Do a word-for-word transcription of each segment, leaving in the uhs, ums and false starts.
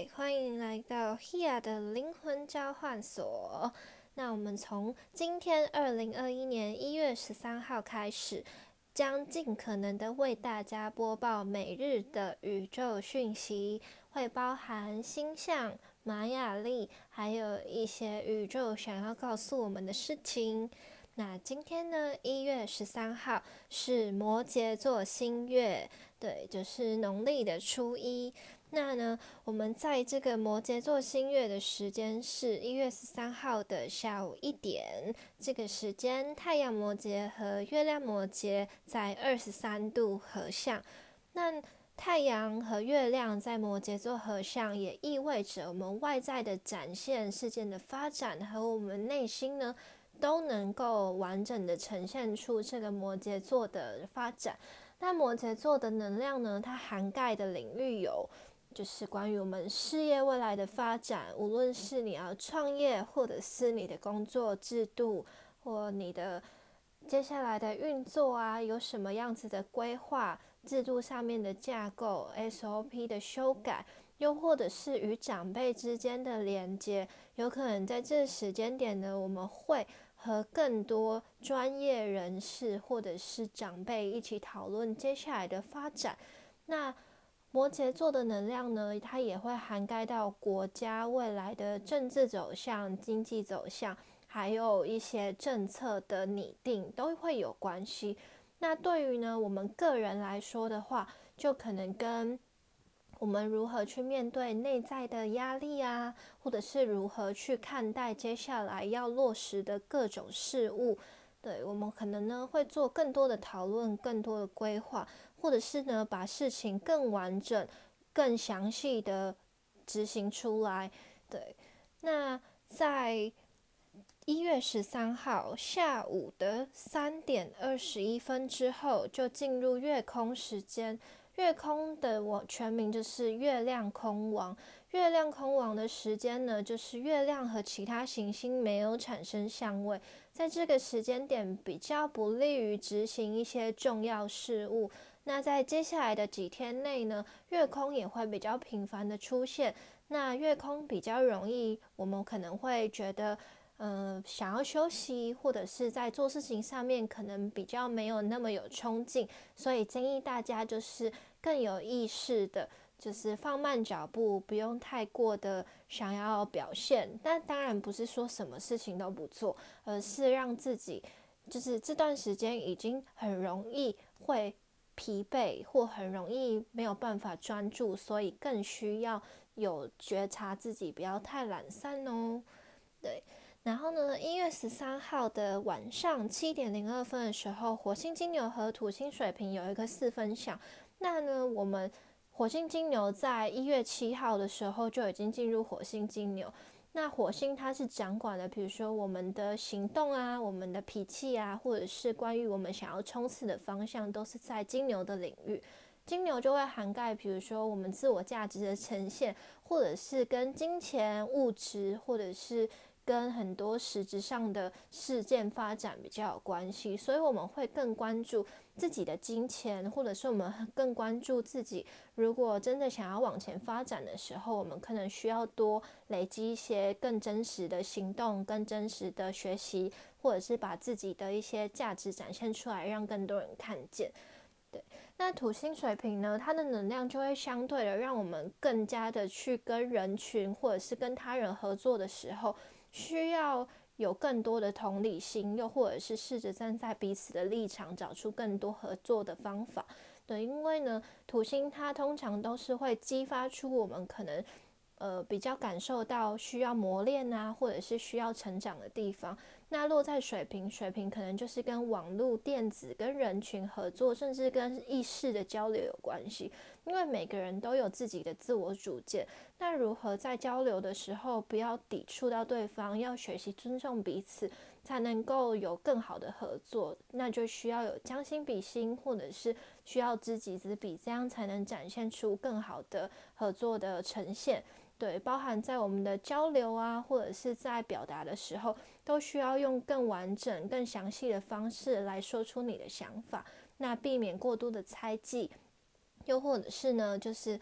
嗨，欢迎来到 Hea 的灵魂交换所。那我们从今天二零二一年一月十三号开始，将尽可能的为大家播报每日的宇宙讯息，会包含星象、玛雅历，还有一些宇宙想要告诉我们的事情。那今天呢，一月十三号是摩羯座新月，对，就是农历的初一。那呢，我们在这个摩羯座新月的时间是一月十三号的下午一点，这个时间太阳摩羯和月亮摩羯在二十三度合相。那太阳和月亮在摩羯座合相，也意味着我们外在的展现、事件的发展和我们内心呢，都能够完整的呈现出这个摩羯座的发展。那摩羯座的能量呢，它涵盖的领域有就是关于我们事业未来的发展，无论是你要创业，或者是你的工作制度，或你的接下来的运作啊，有什么样子的规划，制度上面的架构 S O P 的修改，又或者是与长辈之间的连接，有可能在这时间点呢，我们会和更多专业人士或者是长辈一起讨论接下来的发展。那摩羯座的能量呢，它也会涵盖到国家未来的政治走向、经济走向，还有一些政策的拟定都会有关系。那对于呢我们个人来说的话，就可能跟我们如何去面对内在的压力啊，或者是如何去看待接下来要落实的各种事物，对，我们可能呢会做更多的讨论，更多的规划，或者是呢把事情更完整、更详细的执行出来。对，那在一月十三号下午的三点二十一分之后，就进入月空时间。月空的我全名就是月亮空王。月亮空王的时间呢，就是月亮和其他行星没有产生相位，在这个时间点比较不利于执行一些重要事务。那在接下来的几天内呢，月空也会比较频繁的出现。那月空比较容易，我们可能会觉得嗯、呃，想要休息，或者是在做事情上面可能比较没有那么有冲劲，所以建议大家就是更有意识的，就是放慢脚步，不用太过的想要表现。但当然不是说什么事情都不做，而是让自己就是这段时间已经很容易会疲惫，或很容易没有办法专注，所以更需要有觉察自己不要太懒散哦。对，然后呢，一月十三号的晚上七点零二分的时候，火星金牛和土星水瓶有一个四分相。那呢，我们火星金牛在一月七号的时候就已经进入火星金牛。那火星它是掌管的，比如说我们的行动啊，我们的脾气啊，或者是关于我们想要冲刺的方向，都是在金牛的领域。金牛就会涵盖，比如说我们自我价值的呈现，或者是跟金钱、物质，或者是跟很多实质上的事件发展比较有关系，所以我们会更关注自己的金钱，或者是我们更关注自己如果真的想要往前发展的时候，我们可能需要多累积一些更真实的行动，更真实的学习，或者是把自己的一些价值展现出来，让更多人看见。对，那土星水瓶呢，它的能量就会相对的让我们更加的去跟人群或者是跟他人合作的时候，需要有更多的同理心，又或者是试着站在彼此的立场，找出更多合作的方法。对，因为呢，土星它通常都是会激发出我们可能呃比较感受到需要磨练啊，或者是需要成长的地方。那落在水瓶，水瓶可能就是跟网络、电子、跟人群合作，甚至跟意识的交流有关系。因为每个人都有自己的自我主见，那如何在交流的时候不要抵触到对方，要学习尊重彼此，才能够有更好的合作。那就需要有将心比心，或者是需要知己知彼，这样才能展现出更好的合作的呈现。对，包含在我们的交流啊，或者是在表达的时候，都需要用更完整、更详细的方式来说出你的想法，那避免过度的猜忌，又或者是呢，就是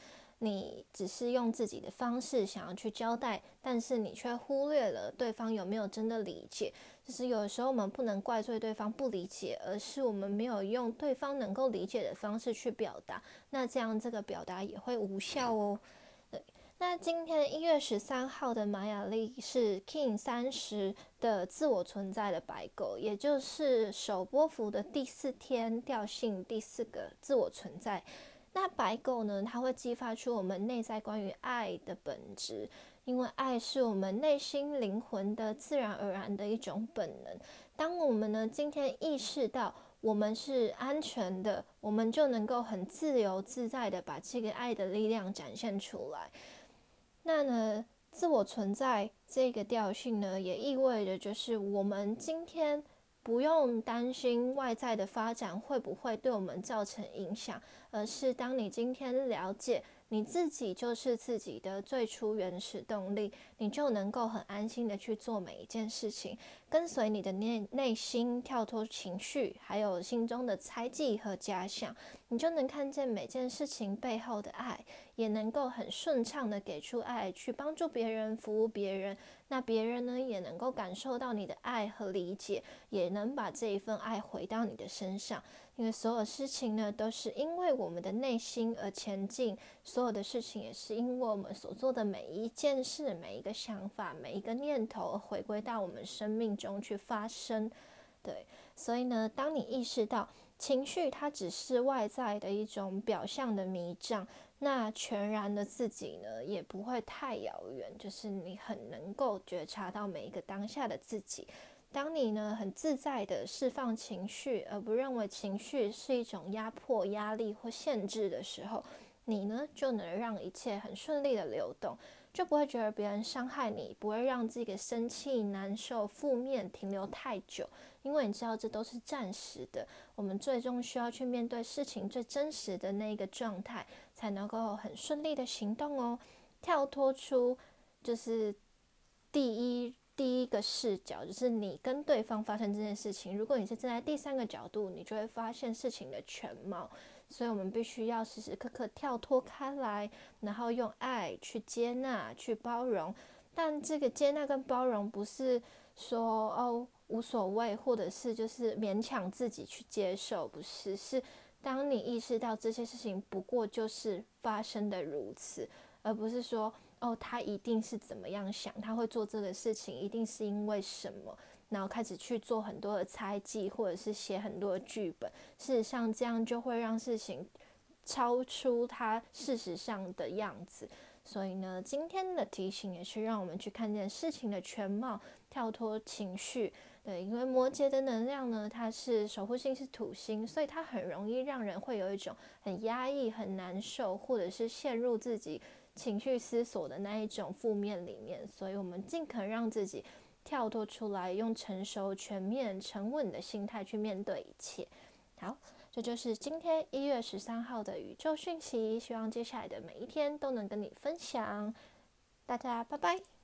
你只是用自己的方式想要去交代，但是你却忽略了对方有没有真的理解。就是有的时候我们不能怪罪对方不理解，而是我们没有用对方能够理解的方式去表达，那这样这个表达也会无效哦。对，那今天一月十三号的玛雅历是 King 三十的自我存在的白狗，也就是手波符的第四天调性第四个自我存在。那白狗呢，它会激发出我们内在关于爱的本质，因为爱是我们内心灵魂的自然而然的一种本能。当我们呢今天意识到我们是安全的，我们就能够很自由自在的把这个爱的力量展现出来。那呢，自我存在这个调性呢，也意味着就是我们今天不用担心外在的发展会不会对我们造成影响，而是当你今天了解你自己就是自己的最初原始动力，你就能够很安心的去做每一件事情，跟随你的内内心，跳脱情绪，还有心中的猜忌和假想，你就能看见每件事情背后的爱，也能够很顺畅的给出爱，去帮助别人，服务别人。那别人呢，也能够感受到你的爱和理解，也能把这一份爱回到你的身上。因为所有事情呢，都是因为我们的内心而前进，所有的事情也是因为我们所做的每一件事、每一个想法、每一个念头，而回归到我们生命中去发生。对，所以呢，当你意识到情绪它只是外在的一种表象的迷障，那全然的自己呢，也不会太遥远，就是你很能够觉察到每一个当下的自己。当你呢很自在的释放情绪，而不认为情绪是一种压迫、压力或限制的时候，你呢就能让一切很顺利的流动，就不会觉得别人伤害你，不会让自己生气、难受、负面停留太久，因为你知道这都是暂时的。我们最终需要去面对事情最真实的那个状态，才能够很顺利的行动哦，跳脱出就是第一第一个视角，就是你跟对方发生这件事情，如果你是站在第三个角度，你就会发现事情的全貌。所以我们必须要时时刻刻跳脱开来，然后用爱去接纳、去包容。但这个接纳跟包容不是说哦无所谓，或者是就是勉强自己去接受，不是，是当你意识到这些事情不过就是发生的如此，而不是说哦他一定是怎么样想，他会做这个事情一定是因为什么，然后开始去做很多的猜忌，或者是写很多的剧本。事实上这样就会让事情超出它事实上的样子。所以呢，今天的提醒也是让我们去看见事情的全貌，跳脱情绪。对，因为摩羯的能量呢，它是守护星是土星，所以它很容易让人会有一种很压抑、很难受，或者是陷入自己情绪思索的那一种负面里面。所以我们尽可能让自己跳脱出来，用成熟、全面、沉稳的心态去面对一切。好，这就是今天一月十三号的宇宙讯息，希望接下来的每一天都能跟你分享。大家拜拜。